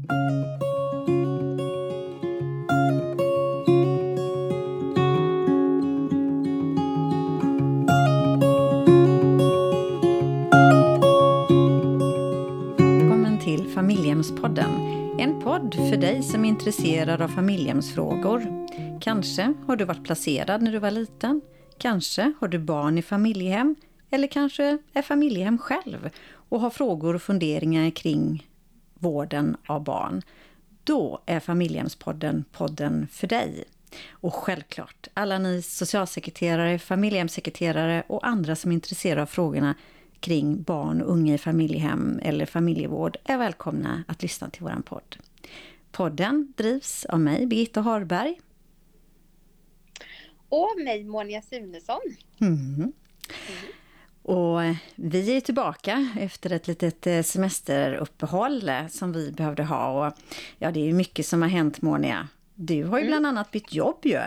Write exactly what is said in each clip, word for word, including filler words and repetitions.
Välkommen till Familjehemspodden. En podd för dig som är intresserad av familjehemsfrågor. Kanske har du varit placerad när du var liten. Kanske har du barn i familjehem. Eller kanske är familjehem själv och har frågor och funderingar kring vården av barn. Då är Familjehemspodden podden för dig. Och självklart, alla ni socialsekreterare, familjehemssekreterare och andra som är intresserade av frågorna kring barn och unga i familjehem eller familjevård är välkomna att lyssna till våran podd. Podden drivs av mig, Birgitta Harberg. Och mig, Monia Sunesson. Mm. Mm. Och vi är tillbaka efter ett litet semesteruppehåll som vi behövde ha. Och ja, det är ju mycket som har hänt, Monia. Du har ju bland annat bytt jobb ju.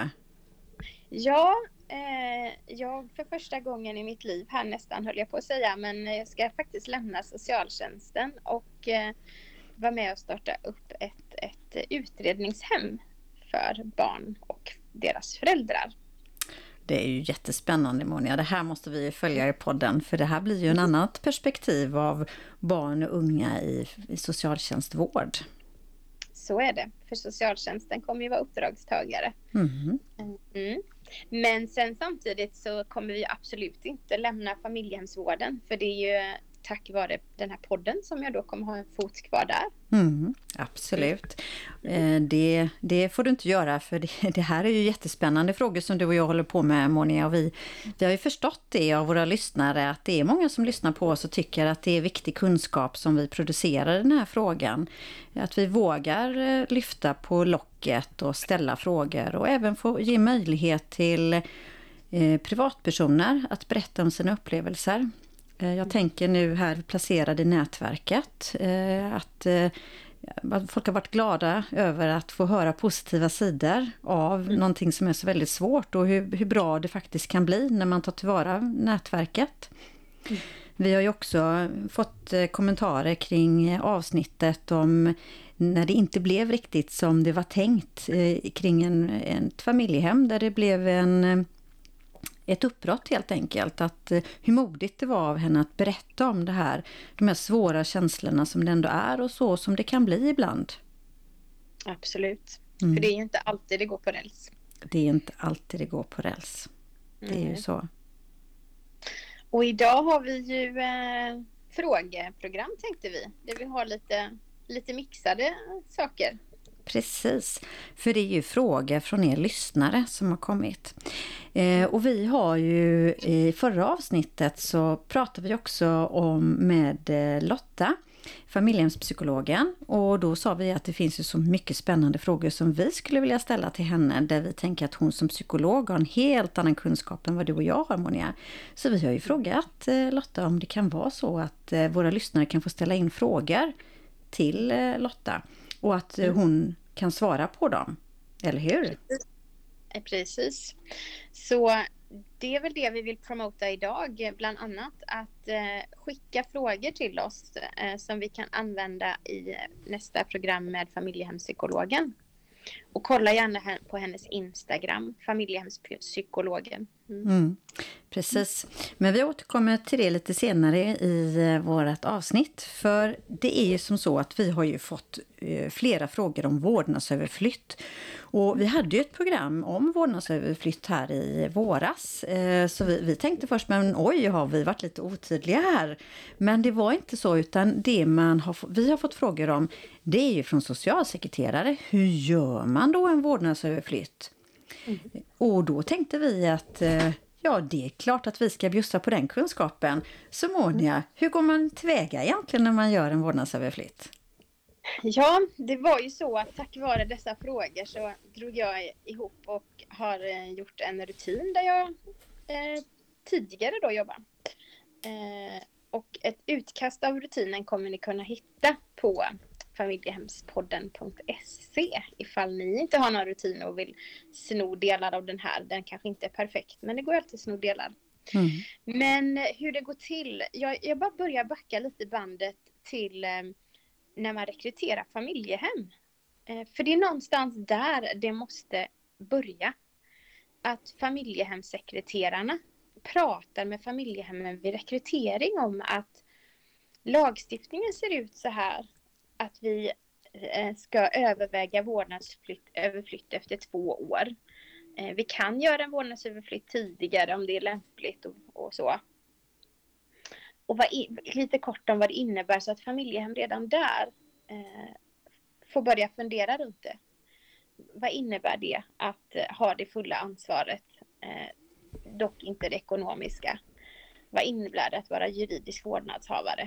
Ja, eh, jag för första gången i mitt liv här nästan höll jag på att säga. Men jag ska faktiskt lämna socialtjänsten och eh, vara med och starta upp ett, ett utredningshem för barn och deras föräldrar. Det är ju jättespännande, Monia. Det här måste vi följa i podden. För det här blir ju en annat perspektiv av barn och unga i, i socialtjänstvård. Så är det. För socialtjänsten kommer ju vara uppdragstagare. Mm. Mm. Men sen samtidigt så kommer vi absolut inte lämna familjehemsvården. För det är ju tack vare den här podden som jag då kommer ha en fot kvar där. Mm, absolut. Eh, det, det får du inte göra, för det, det här är ju jättespännande frågor som du och jag håller på med, Monia. Och vi, vi har ju förstått det av våra lyssnare att det är många som lyssnar på oss och tycker att det är viktig kunskap som vi producerar i den här frågan. Att vi vågar lyfta på locket och ställa frågor och även få ge möjlighet till eh, privatpersoner att berätta om sina upplevelser. Jag tänker nu här placerad i nätverket att folk har varit glada över att få höra positiva sidor av mm. någonting som är så väldigt svårt och hur, hur bra det faktiskt kan bli när man tar tillvara nätverket. Mm. Vi har ju också fått kommentarer kring avsnittet om när det inte blev riktigt som det var tänkt kring en, en familjehem där det blev en... ett uppbrott helt enkelt, att hur modigt det var av henne att berätta om det här, de här svåra känslorna som det ändå är och så som det kan bli ibland. Absolut, mm. för det är ju inte alltid det går på räls. Det är inte alltid det går på räls, det är mm. ju så. Och idag har vi ju eh, frågeprogram tänkte vi, där vi har lite, lite mixade saker. Precis, för det är ju frågor från er lyssnare som har kommit. Eh, och vi har ju i förra avsnittet så pratade vi också om med Lotta, familjehemspsykologen. Och då sa vi att det finns ju så mycket spännande frågor som vi skulle vilja ställa till henne. Där vi tänker att hon som psykolog har en helt annan kunskap än vad du och jag har, Monia. Så vi har ju frågat eh, Lotta om det kan vara så att eh, våra lyssnare kan få ställa in frågor till eh, Lotta. Och att mm. hon kan svara på dem. Eller hur? Precis. Så det är väl det vi vill promota idag. Bland annat att eh, skicka frågor till oss eh, som vi kan använda i nästa program med familjehemspsykologen. Och kolla gärna på hennes Instagram, familjehemspsykologen. Mm. Mm, precis. Men vi återkommer till det lite senare i vårt avsnitt. För det är ju som så att vi har ju fått eh, flera frågor om vårdnadsöverflytt. Och vi hade ju ett program om vårdnadsöverflytt här i våras. Eh, så vi, vi tänkte först, men oj, har vi varit lite otydliga här. Men det var inte så, utan det man har, vi har fått frågor om, det är ju från socialsekreterare. Hur gör man då en vårdnadsöverflytt? Mm. Och då tänkte vi att ja, det är klart att vi ska bjussa på den kunskapen. Så Monia, hur går man tillväga egentligen när man gör en vårdnadsöverflytt? Ja, det var ju så att tack vare dessa frågor så drog jag ihop och har gjort en rutin där jag eh, tidigare då jobbade. Eh, och ett utkast av rutinen kommer ni kunna hitta på familjehemspodden punkt se ifall ni inte har någon rutin och vill sno delar av den här. Den kanske inte är perfekt, men det går alltid att sno delar. Mm. Men hur det går till, jag, jag bara börjar backa lite bandet till eh, när man rekryterar familjehem. Eh, för det är någonstans där det måste börja. Att familjehemssekreterarna pratar med familjehemmen vid rekrytering om att lagstiftningen ser ut så här. Att vi eh, ska överväga vårdnadsflytt överflytt efter två år. Eh, vi kan göra en vårdnadsöverflytt tidigare om det är lämpligt och, och så. Och vad i, lite kort om vad det innebär så att familjehem redan där eh, får börja fundera runt det. Vad innebär det att eh, ha det fulla ansvaret, eh, dock inte det ekonomiska? Vad innebär det att vara juridisk vårdnadshavare?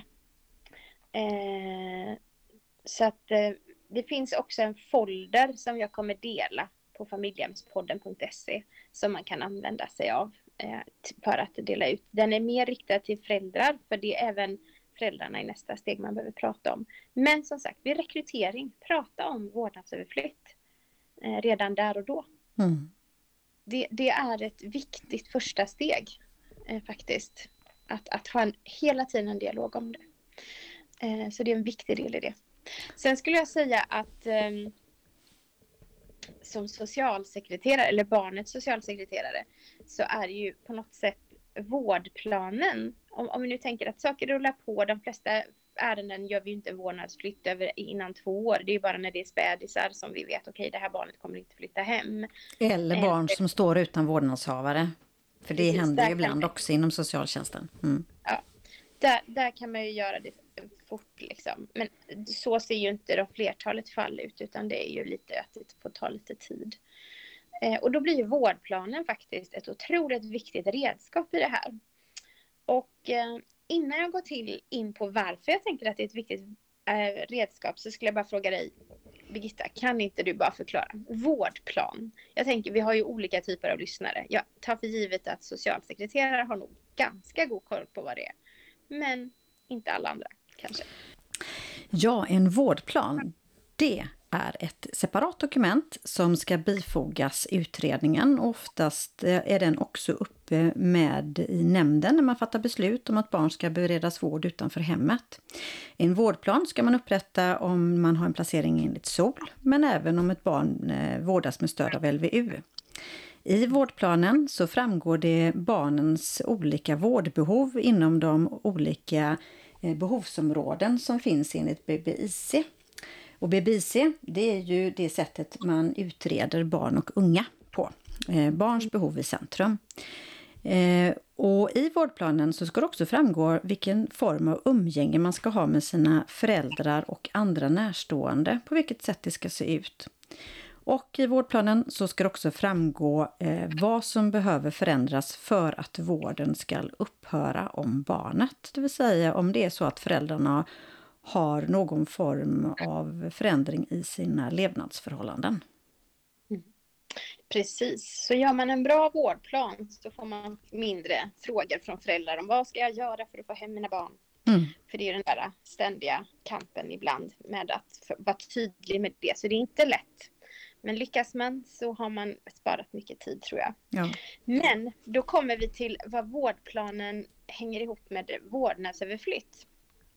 Eh, så att eh, det finns också en folder som jag kommer dela på familjehemspodden punkt se som man kan använda sig av eh, för att dela ut. Den är mer riktad till föräldrar, för det är även föräldrarna i nästa steg man behöver prata om. Men som sagt, vid rekrytering, prata om vårdnadsöverflytt eh, redan där och då. Mm. Det, det är ett viktigt första steg eh, faktiskt. Att, att ha en, hela tiden en dialog om det. Eh, så det är en viktig del i det. Sen skulle jag säga att eh, som socialsekreterare, eller barnets socialsekreterare, så är det ju på något sätt vårdplanen. Om, om vi nu tänker att saker rullar på, de flesta ärenden gör vi inte en vårdnadsflytt över innan två år. Det är ju bara när det är spädisar som vi vet, okej, okay, det här barnet kommer inte flytta hem. Eller barn Eller, som står utan vårdnadshavare. För det precis, händer ju ibland man, också inom socialtjänsten. Mm. Ja, där, där kan man ju göra det fort liksom. Men så ser ju inte de flertalet fall ut, utan det är ju lite att det får ta lite tid. Eh, och då blir ju vårdplanen faktiskt ett otroligt viktigt redskap i det här. Och eh, innan jag går till in på varför jag tänker att det är ett viktigt eh, redskap, så skulle jag bara fråga dig, Birgitta, kan inte du bara förklara vårdplan? Jag tänker, vi har ju olika typer av lyssnare. Jag tar för givet att socialsekreterare har nog ganska god koll på vad det är. Men inte alla andra kanske. Ja, en vårdplan, det är ett separat dokument som ska bifogas utredningen. Oftast är den också uppe med i nämnden när man fattar beslut om att barn ska beredas vård utanför hemmet. En vårdplan ska man upprätta om man har en placering enligt S O L, men även om ett barn vårdas med stöd av L V U. I vårdplanen så framgår det barnens olika vårdbehov inom de olika behovsområden som finns enligt B B I C. Och B B I C, det är ju det sättet man utreder barn och unga på. Eh, barns behov i centrum. Eh, och i vårdplanen så ska det också framgå vilken form av umgänge man ska ha med sina föräldrar och andra närstående. På vilket sätt det ska se ut. Och i vårdplanen så ska det också framgå eh, vad som behöver förändras för att vården ska upphöra om barnet. Det vill säga om det är så att föräldrarna har någon form av förändring i sina levnadsförhållanden. Mm. Precis, så gör man en bra vårdplan så får man mindre frågor från föräldrar om vad ska jag göra för att få hem mina barn. Mm. För det är den där ständiga kampen ibland med att vara tydlig med det, så det är inte lätt. Men lyckas man så har man sparat mycket tid, tror jag. Ja. Men då kommer vi till vad vårdplanen hänger ihop med vårdnadsöverflytt.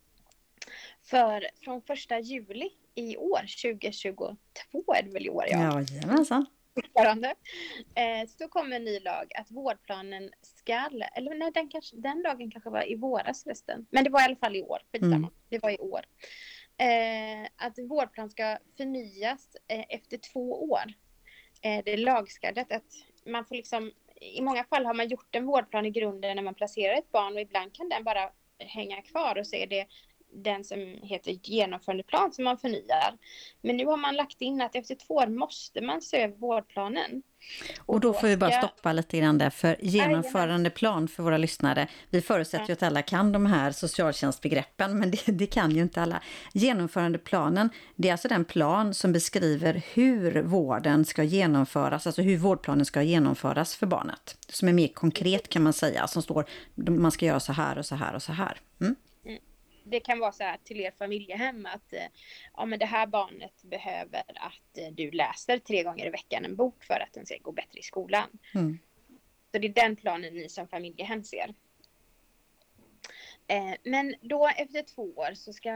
För från första juli i år, tjugohundratjugotvå är det väl i år, ja. Jajamensan. Fortfarande. Eh, så kommer en ny lag att vårdplanen ska, eller nej, den, kanske, den lagen kanske var i våras resten. Men det var i alla fall i år, mm. Det var i år. Eh, att vårdplan ska förnyas eh, efter två år. Eh, det är lagstadgat att man får liksom, i många fall har man gjort en vårdplan i grunden när man placerar ett barn, och ibland kan den bara hänga kvar och så är det den som heter genomförandeplan som man förnyar. Men nu har man lagt in att efter två år måste man se över vårdplanen. Och, och då får vi bara stoppa lite grann där, för genomförandeplan för våra lyssnare. Vi förutsätter ju att alla kan de här socialtjänstbegreppen, men det, det kan ju inte alla. Genomförandeplanen, det är alltså den plan som beskriver hur vården ska genomföras, alltså hur vårdplanen ska genomföras för barnet. Som är mer konkret kan man säga, som står man ska göra så här och så här och så här. Mm? Det kan vara så här till er familjehem att ja, men det här barnet behöver att du läser tre gånger i veckan en bok för att den ska gå bättre i skolan. Mm. Så det är den planen ni som familjehem ser. Eh, men då efter två år så ska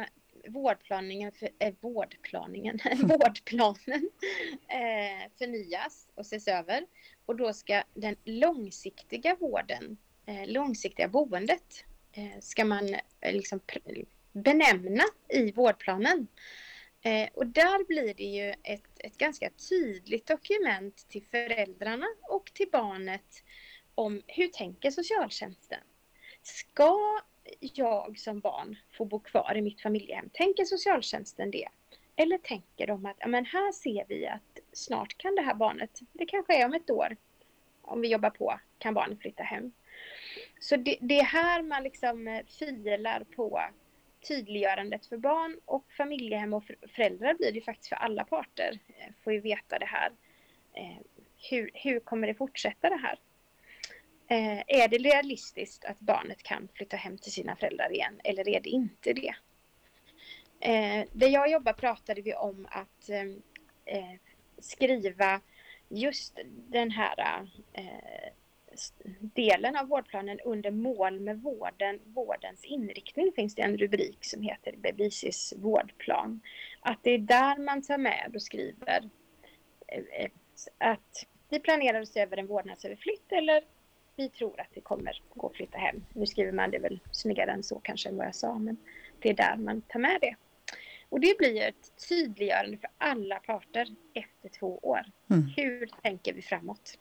vårdplanen, för, äh, vårdplanen, vårdplanen eh, förnyas och ses över. Och då ska den långsiktiga vården, eh, långsiktiga boendet, eh, ska man eh, liksom benämna i vårdplanen. Eh, och där blir det ju ett, ett ganska tydligt dokument till föräldrarna och till barnet om hur tänker socialtjänsten. Ska jag som barn få bo kvar i mitt familjehem? Tänker socialtjänsten det? Eller tänker de att ja, men här ser vi att snart kan det här barnet, det kanske är om ett år, om vi jobbar på, kan barnet flytta hem. Så det, det är här man liksom filar på tydliggörandet för barn och familjehem och föräldrar blir det faktiskt för alla parter. Får ju veta det här. Hur, hur kommer det fortsätta det här? Eh, är det realistiskt att barnet kan flytta hem till sina föräldrar igen eller är det inte det? Eh, där jag jobbar pratade vi om att eh, skriva just den här eh, delen av vårdplanen under mål med vården, vårdens inriktning finns det en rubrik som heter B B C:s vårdplan. Att det är där man tar med och skriver eh, att vi planerar att se över en vårdnadsöverflytt eller vi tror att det kommer gå att flytta hem. Nu skriver man det väl snyggare än så kanske än vad jag sa, men det är där man tar med det. Och det blir ett tydliggörande för alla parter efter två år. Mm. Hur tänker vi framåt?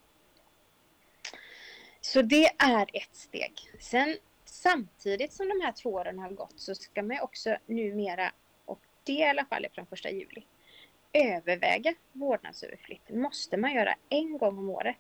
Så det är ett steg. Sen samtidigt som de här två åren har gått så ska man också numera, och det i alla fall är från första juli, överväga vårdnadsöverflytt. Måste man göra en gång om året.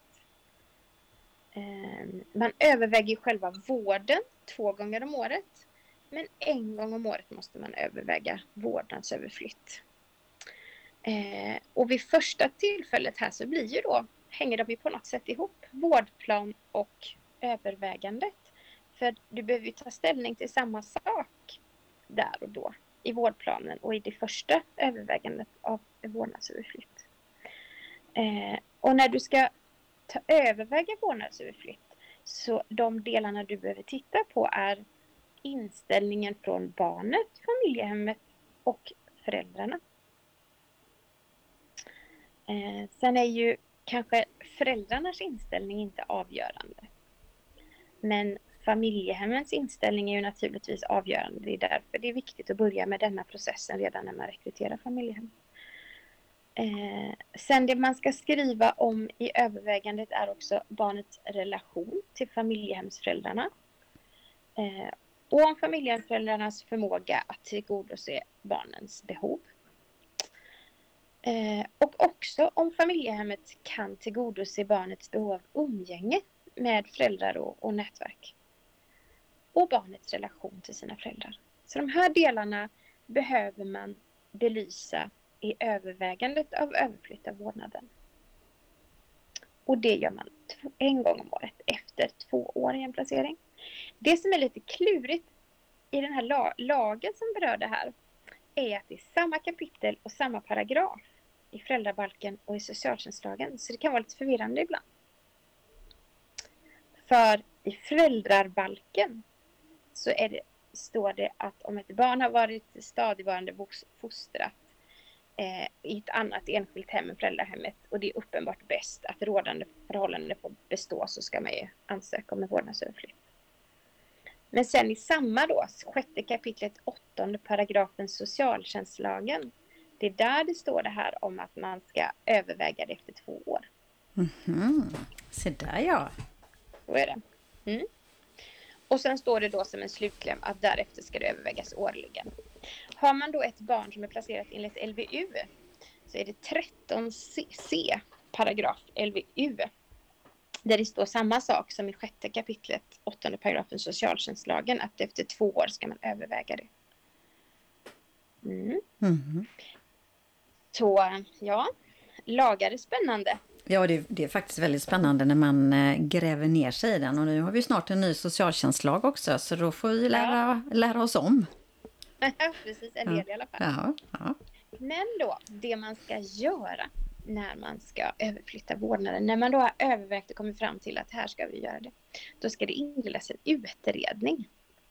Man överväger själva vården två gånger om året. Men en gång om året måste man överväga vårdnadsöverflytt. Eh, och vid första tillfället här så blir ju då, hänger de ju på något sätt ihop, vårdplan och övervägandet. För du behöver ju ta ställning till samma sak där och då i vårdplanen och i det första övervägandet av vårdnadsöverflytt. Eh, och när du ska ta, överväga vårdnadsöverflytt så de delarna du behöver titta på är inställningen från barnet, familjehemmet och föräldrarna. Eh, sen är ju kanske föräldrarnas inställning inte avgörande. Men familjehemmens inställning är ju naturligtvis avgörande. Det är därför det är viktigt att börja med denna processen redan när man rekryterar familjehem. Eh, sen det man ska skriva om i övervägandet är också barnets relation till familjehemsföräldrarna. Eh, och om familjehemsföräldrarnas förmåga att tillgodose barnens behov. Eh, och också om familjehemmet kan tillgodose barnets behov av umgänge med föräldrar och, och nätverk. Och barnets relation till sina föräldrar. Så de här delarna behöver man belysa i övervägandet av överflytt av vårdnaden. Och det gör man en gång om året efter två år i en placering. Det som är lite klurigt i den här lagen som berör det här är att det är samma kapitel och samma paragraf i föräldrabalken och i socialtjänstlagen. Så det kan vara lite förvirrande ibland. För i föräldrabalken så är det, står det att om ett barn har varit stadigvarande fostrat eh, i ett annat enskilt hem än föräldrahemmet och det är uppenbart bäst att rådande förhållanden får bestå så ska man ju ansöka om en vårdnadsöverflytt. Men sen i samma då, sjätte kapitlet, åttonde paragrafen socialtjänstlagen. Det är där det står det här om att man ska överväga det efter två år. Mm-hmm. Så där ja. Så är det. Mm. Och sen står det då som en slutkläm att därefter ska det övervägas årligen. Har man då ett barn som är placerat enligt L V U så är det tretton c paragraf L V U. Där det står samma sak som i sjätte kapitlet, åttonde paragrafen socialtjänstlagen, att efter två år ska man överväga det. Mm. Mm. Så ja, lagar är spännande. Ja, det, det är faktiskt väldigt spännande när man äh, gräver ner sig i den. Och nu har vi snart en ny socialtjänstlag också, så då får vi lära, ja. lära oss om. Ja, precis, en del ja. i alla fall. Ja, ja. Men då, det man ska göra när man ska överflytta vårdnaden, när man då har övervägt och kommit fram till att här ska vi göra det, då ska det inledas en utredning.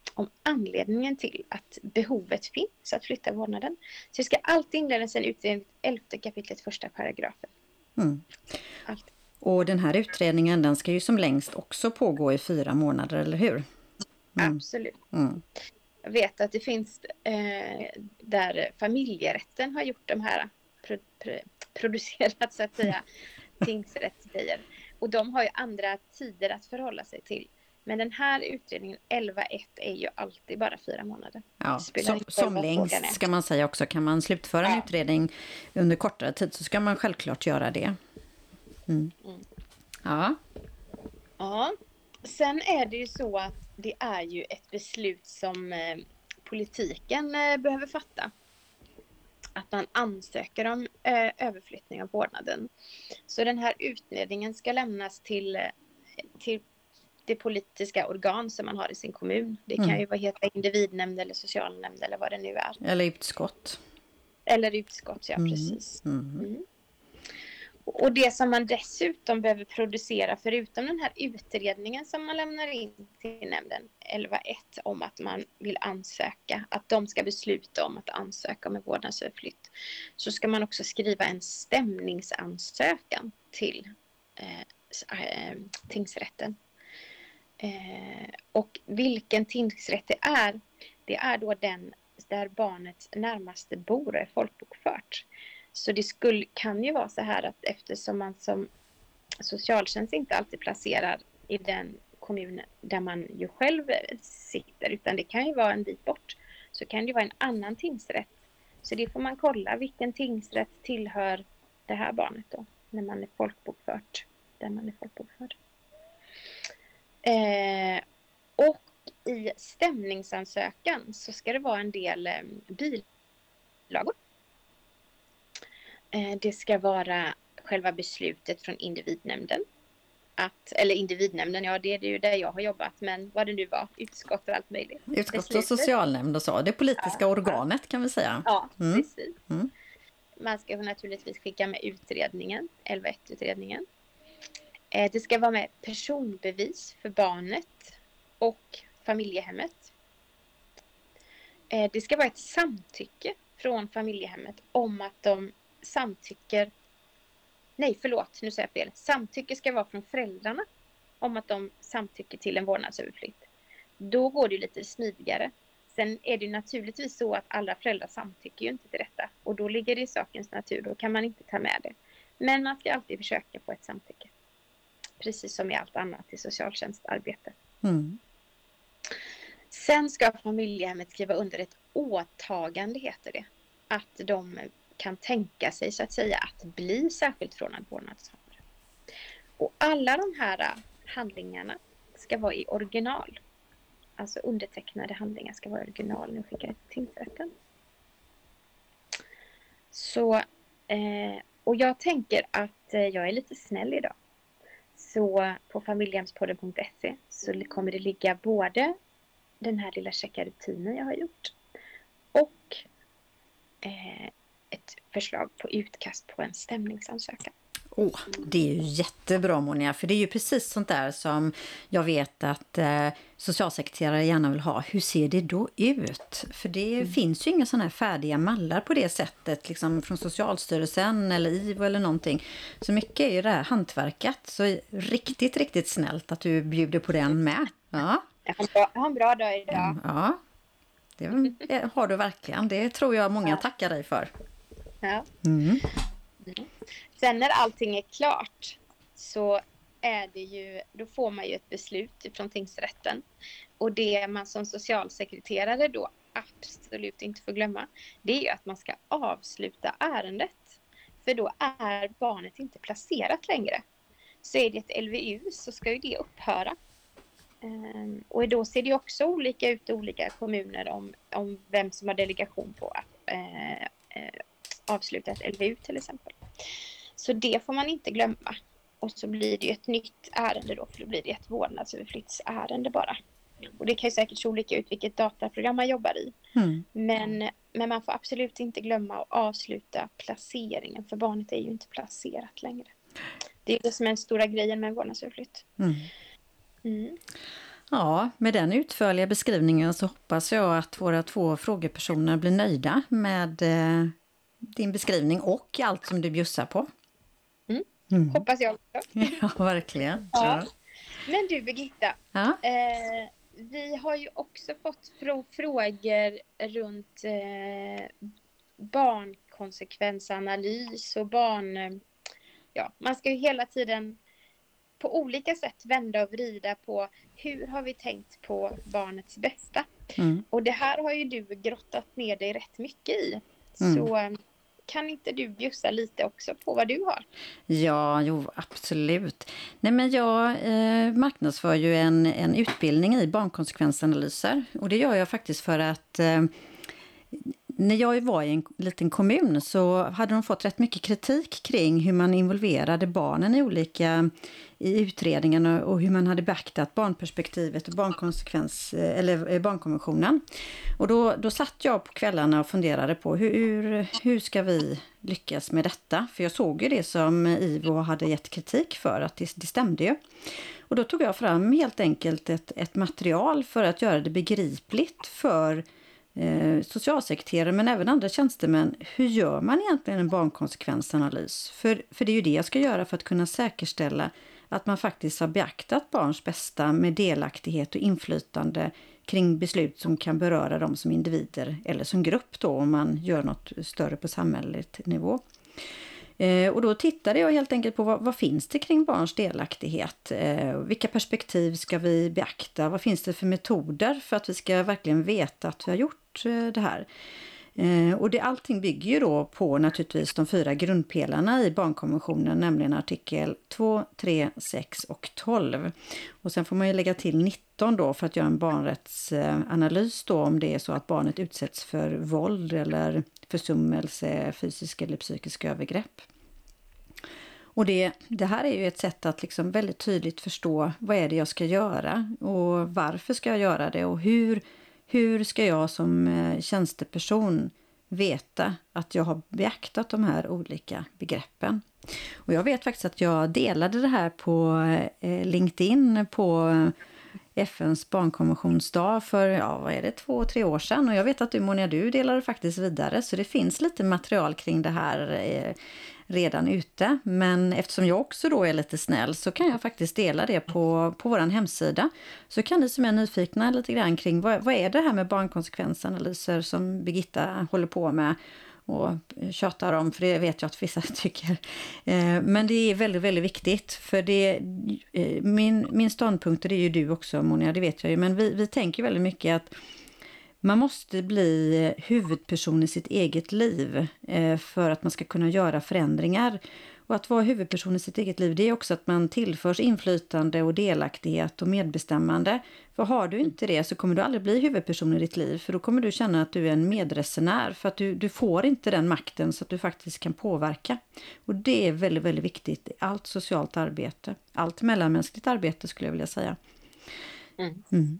om anledningen till att behovet finns att flytta vårdnaden. Så det ska alltid inledas en utredning elfte kapitlet första paragrafen. Mm. Allt. Och den här utredningen, den ska ju som längst också pågå i fyra månader, eller hur? Mm. Absolut. Mm. Jag vet att det finns eh, där familjerätten har gjort de här pro, pro, producerat så att säga tingsrättsgrejer. Och de har ju andra tider att förhålla sig till. Men den här utredningen elva ett är ju alltid bara fyra månader. Ja, som, som längst ska man säga också. Kan man slutföra en ja. utredning under kortare tid så ska man självklart göra det. Mm. Mm. Ja. Ja. Sen är det ju så att det är ju ett beslut som eh, politiken eh, behöver fatta. Att man ansöker om eh, överflyttning av vårdnaden. Så den här utredningen ska lämnas till, till det politiska organ som man har i sin kommun. Det kan mm. ju vara heta individnämnd eller socialnämnd eller vad det nu är. Eller utskott. Eller utskott, ja mm. precis. Mm. Mm. Och det som man dessutom behöver producera, förutom den här utredningen som man lämnar in till nämnden elva ett om att man vill ansöka, att de ska besluta om att ansöka om en vårdnadsöverflytt, så ska man också skriva en stämningsansökan till eh, eh, tingsrätten. Eh, och vilken tingsrätt det är, det är då den där barnets närmaste bor är folkbokfört. Så det skulle, kan ju vara så här att eftersom man som socialtjänst inte alltid placerar i den kommunen där man ju själv sitter, utan det kan ju vara en bit bort, så kan det vara en annan tingsrätt. Så det får man kolla, vilken tingsrätt tillhör det här barnet då, när man är folkbokfört, där man är folkbokförd. Eh, och i stämningsansökan så ska det vara en del eh, bilagor. Det ska vara själva beslutet från individnämnden. Att, eller individnämnden, ja det är det ju där jag har jobbat. Men vad det nu var, utskott och allt möjligt. Utskott beslutet. Och socialnämnd och så. Det politiska ja, organet kan vi säga. Ja, mm. precis. Mm. Man ska naturligtvis skicka med utredningen, elva ett-utredningen. Det ska vara med personbevis för barnet och familjehemmet. Det ska vara ett samtycke från familjehemmet om att de samtycker, nej förlåt, nu säger jag fel. Samtycke ska vara från föräldrarna om att de samtycker till en vårdnadsöverflytt. Då går det ju lite smidigare. Sen är det ju naturligtvis så att alla föräldrar samtycker ju inte till detta. Och då ligger det i sakens natur, då kan man inte ta med det. Men man ska alltid försöka få ett samtycke. Precis som i allt annat i socialtjänstarbete. Mm. Sen ska familjehemmet skriva under ett åtagande, heter det. Att de kan tänka sig så att säga att bli särskilt förordnad vårdnadshavare. Och alla de här handlingarna ska vara i original. Alltså undertecknade handlingar ska vara i original när jag skickar till tingsrätten. Så, eh, och jag tänker att eh, jag är lite snäll idag. Så på familjehemspodden punkt se så kommer det ligga både den här lilla checka rutinen jag har gjort och eh, ett förslag på utkast på en stämningsansökan. Åh, det är ju jättebra Monia, för det är ju precis sånt där som jag vet att eh, socialsekreterare gärna vill ha. Hur ser det då ut? För det mm. finns ju inga sådana här färdiga mallar på det sättet, liksom från Socialstyrelsen eller I V O eller någonting. Så mycket är ju det här hantverket, så riktigt, riktigt snällt att du bjuder på den med. Ja. Jag har en bra, jag har en bra dag idag. Ja, det har du verkligen. Det tror jag många tackar dig för. Ja. Mm. Mm. Sen när allting är klart så är det ju, då får man ju ett beslut från tingsrätten. Och det man som socialsekreterare då absolut inte får glömma, det är ju att man ska avsluta ärendet. För då är barnet inte placerat längre. Så är det ett L V U så ska ju det upphöra. Um, och då ser det också olika ut i olika kommuner om, om vem som har delegation på att uh, uh, avsluta ett L V U till exempel. Så det får man inte glömma. Och så blir det ett nytt ärende då, för då blir det ett vårdnadsöverflyttsärende bara. Och det kan ju säkert se olika ut vilket dataprogram man jobbar i. Mm. Men, men man får absolut inte glömma att avsluta placeringen, för barnet är ju inte placerat längre. Det är det som är den stora grejen med en vårdnadsöverflytt. Mm. Mm. Ja, med den utförliga beskrivningen så hoppas jag att våra två frågepersoner blir nöjda med eh, din beskrivning och allt som du bjussar på. Mm. Mm. Hoppas jag också. Ja, verkligen. Ja. Ja. Men du Birgitta, Ja. eh, vi har ju också fått frå- frågor runt eh, barnkonsekvensanalys och barn... eh, Ja, man ska ju hela tiden på olika sätt vända och vrida på hur har vi tänkt på barnets bästa. Mm. Och det här har ju du grottat ner dig rätt mycket i. Mm. Så eh, kan inte du bjussa lite också på vad du har? Ja, jo, absolut. Nej, men jag eh, marknadsför ju en, en utbildning i barnkonsekvensanalyser. Och det gör jag faktiskt för att eh, när jag var i en liten kommun så hade de fått rätt mycket kritik kring hur man involverade barnen i olika i utredningarna och hur man hade beaktat barnperspektivet och barnkonsekvens, eller barnkonventionen. Och då, då satt jag på kvällarna och funderade på hur, hur ska vi lyckas med detta? För jag såg ju det som IVO hade gett kritik för, att det, det stämde ju. Och då tog jag fram helt enkelt ett, ett material för att göra det begripligt för eh, socialsekreterare men även andra tjänstemän. Hur gör man egentligen en barnkonsekvensanalys? För, för det är ju det jag ska göra för att kunna säkerställa att man faktiskt har beaktat barns bästa med delaktighet och inflytande kring beslut som kan beröra dem som individer eller som grupp då, om man gör något större på samhälleligt nivå. Eh, och då tittade jag helt enkelt på vad, vad finns det kring barns delaktighet? Eh, vilka perspektiv ska vi beakta? Vad finns det för metoder för att vi ska verkligen veta att vi har gjort eh, det här? Eh, och det, allting bygger ju då på naturligtvis de fyra grundpelarna i barnkonventionen, nämligen artikel två, tre, sex och tolv. Och sen får man ju lägga till nitton då för att göra en barnrättsanalys då, om det är så att barnet utsätts för våld eller försummelse, fysisk eller psykisk övergrepp. Och det, det här är ju ett sätt att liksom väldigt tydligt förstå vad är det jag ska göra och varför ska jag göra det och hur Hur ska jag som tjänsteperson veta att jag har beaktat de här olika begreppen? Och jag vet faktiskt att jag delade det här på LinkedIn på F N:s barnkonventionsdag för, ja, vad är det, två, tre år sedan. Och jag vet att du, Monia, du delade faktiskt vidare. Så det finns lite material kring det här eh, redan ute. Men eftersom jag också då är lite snäll så kan jag faktiskt dela det på, på vår hemsida. Så kan ni som är nyfikna lite grann kring vad, vad är det här med barnkonsekvensanalyser som Birgitta håller på med och tjatar om, för det vet jag att vissa tycker. Men det är väldigt, väldigt viktigt, för det, min, min ståndpunkt, det är ju du också, Monia, det vet jag ju, men vi, vi tänker väldigt mycket att man måste bli huvudperson i sitt eget liv för att man ska kunna göra förändringar. Och att vara huvudperson i sitt eget liv, det är också att man tillförs inflytande och delaktighet och medbestämmande. För har du inte det så kommer du aldrig bli huvudperson i ditt liv. För då kommer du känna att du är en medresenär. För att du, du får inte den makten så att du faktiskt kan påverka. Och det är väldigt, väldigt viktigt i allt socialt arbete. Allt mellanmänskligt arbete skulle jag vilja säga. Mm. Mm.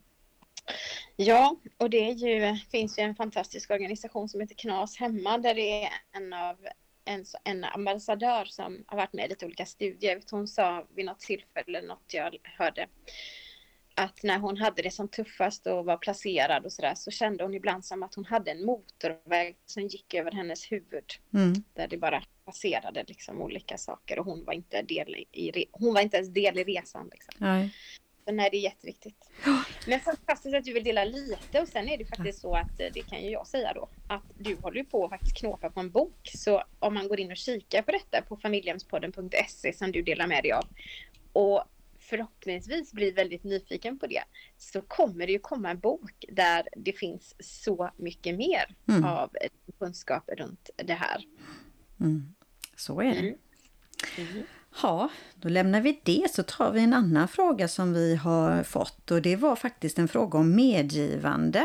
Ja, och det är ju, finns ju en fantastisk organisation som heter Knas hemma, där det är en av En, en ambassadör som har varit med i lite olika studier. Hon sa vid något tillfälle, något jag hörde, att när hon hade det som tuffast och var placerad och sådär, så kände hon ibland som att hon hade en motorväg som gick över hennes huvud. Mm. Där det bara passerade liksom olika saker och hon var inte, del i, hon var inte ens del i resan. Liksom. Nej. Så nej, det är jätteviktigt. Men fantastiskt att du vill dela lite, och sen är det faktiskt så att, det kan ju jag säga då, att du håller på att faktiskt knåpa på en bok. Så om man går in och kikar på detta på familjehemspodden punkt se som du delar med dig av och förhoppningsvis blir väldigt nyfiken på det, så kommer det ju komma en bok där det finns så mycket mer mm. av kunskap runt det här. Mm. Så är det. Mm. Mm. Ja, då lämnar vi det, så tar vi en annan fråga som vi har fått, och det var faktiskt en fråga om medgivande.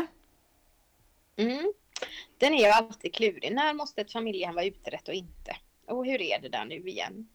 Mm. Den är ju alltid klurig. När måste ett familjehem vara utrett och inte? Och hur är det där nu igen?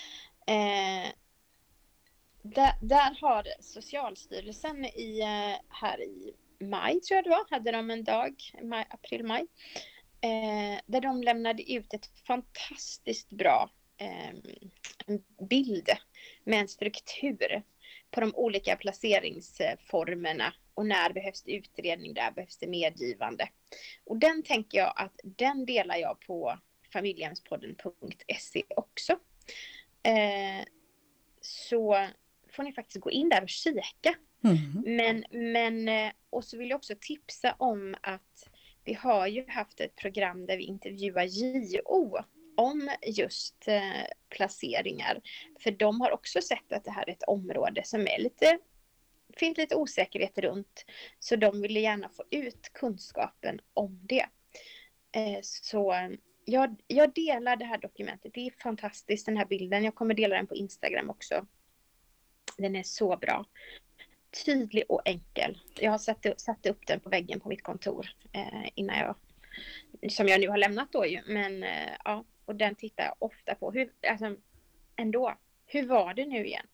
Eh, där, där har Socialstyrelsen i, här i maj, tror jag det var, hade de en dag, maj, april, maj, eh, där de lämnade ut ett fantastiskt bra en bild med en struktur på de olika placeringsformerna. Och när behövs det utredning, där behövs det medgivande. Och den tänker jag att den delar jag på familjehemspodden punkt se också. Eh, så får ni faktiskt gå in där och kika. Mm. Men, men, och så vill jag också tipsa om att vi har ju haft ett program där vi intervjuar J O om just eh, placeringar. För de har också sett att det här är ett område som är lite, finns lite osäkerhet runt. Så de ville gärna få ut kunskapen om det. Eh, så jag, jag delar det här dokumentet. Det är fantastiskt, den här bilden. Jag kommer dela den på Instagram också. Den är så bra. Tydlig och enkel. Jag har satt, satt upp den på väggen på mitt kontor eh, innan jag, som jag nu har lämnat då ju. Men eh, ja, och den tittar jag ofta på. Hur, alltså, ändå, hur var det nu igen?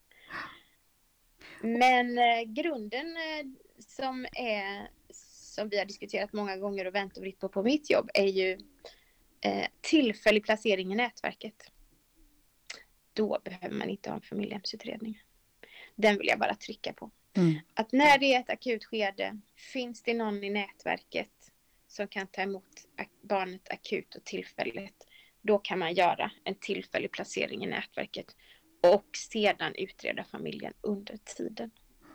Men eh, grunden eh, som är, som vi har diskuterat många gånger och vänt och vritt på på mitt jobb, är ju eh, tillfällig placering i nätverket. Då behöver man inte ha en familjehemsutredning. Den vill jag bara trycka på. Mm. Att när det är ett akut skede, finns det någon i nätverket som kan ta emot barnet akut och tillfälligt, då kan man göra en tillfällig placering i nätverket och sedan utreda familjen under tiden.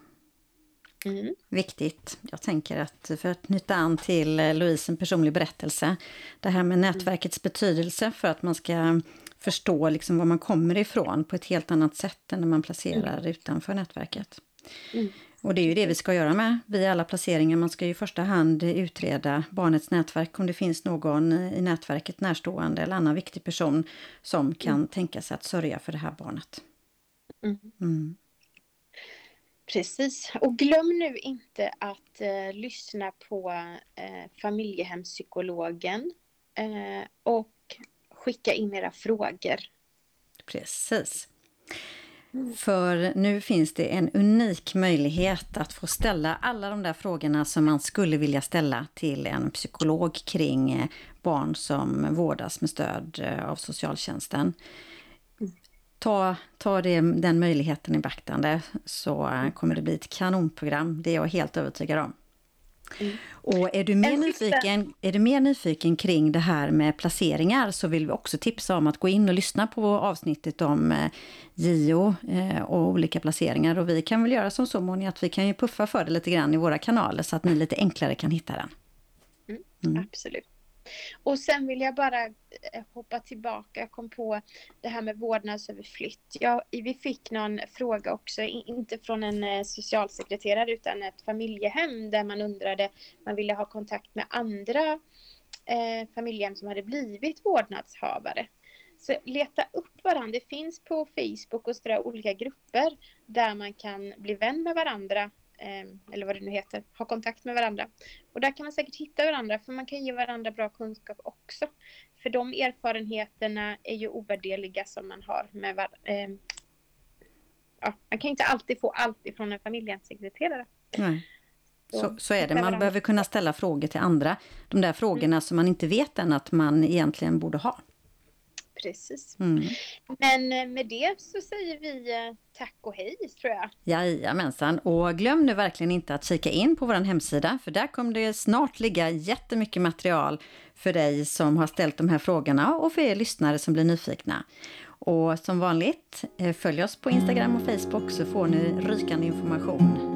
Mm. Viktigt. Jag tänker att för att knyta an till Louise, en personlig berättelse, det här med nätverkets betydelse för att man ska förstå liksom var man kommer ifrån på ett helt annat sätt än när man placerar mm. utanför nätverket. Mm. Och det är ju det vi ska göra med vid alla placeringar. Man ska ju i första hand utreda barnets nätverk, om det finns någon i nätverket närstående eller annan viktig person som kan mm. tänka sig att sörja för det här barnet. Mm. Mm. Precis. Och glöm nu inte att eh, lyssna på eh, familjehemspsykologen eh, och skicka in era frågor. Precis. Mm. För nu finns det en unik möjlighet att få ställa alla de där frågorna som man skulle vilja ställa till en psykolog kring barn som vårdas med stöd av socialtjänsten. Mm. Ta, ta det, den möjligheten i beaktande, så kommer det bli ett kanonprogram. Det är jag helt övertygad om. Mm. Och är du, mer nyfiken, är du mer nyfiken kring det här med placeringar, så vill vi också tipsa om att gå in och lyssna på avsnittet om J O och olika placeringar. Och vi kan väl göra som så, Moni, att vi kan ju puffa för det lite grann i våra kanaler så att ni lite enklare kan hitta den. Mm, mm. Absolut. Och sen vill jag bara hoppa tillbaka. Jag kom på det här med vårdnadsöverflytt. Ja, vi fick någon fråga också, inte från en socialsekreterare utan ett familjehem, där man undrade, man ville ha kontakt med andra eh, familjehem som hade blivit vårdnadshavare. Så leta upp varandra. Det finns på Facebook och sådär olika grupper där man kan bli vän med varandra. Eller vad det nu heter, ha kontakt med varandra. Och där kan man säkert hitta varandra, för man kan ge varandra bra kunskap också. För de erfarenheterna är ju ovärderliga som man har med var- eh, ja, man kan inte alltid få allt ifrån en familjesekreterare. Nej. Så, så är det, man behöver kunna ställa frågor till andra. De där frågorna mm. som man inte vet än att man egentligen borde ha. Precis. Mm. Men med det så säger vi tack och hej, tror jag. Jajamensan. Och glöm nu verkligen inte att kika in på vår hemsida, för där kommer det snart ligga jättemycket material för dig som har ställt de här frågorna och för er lyssnare som blir nyfikna. Och som vanligt, följ oss på Instagram och Facebook så får ni rykande information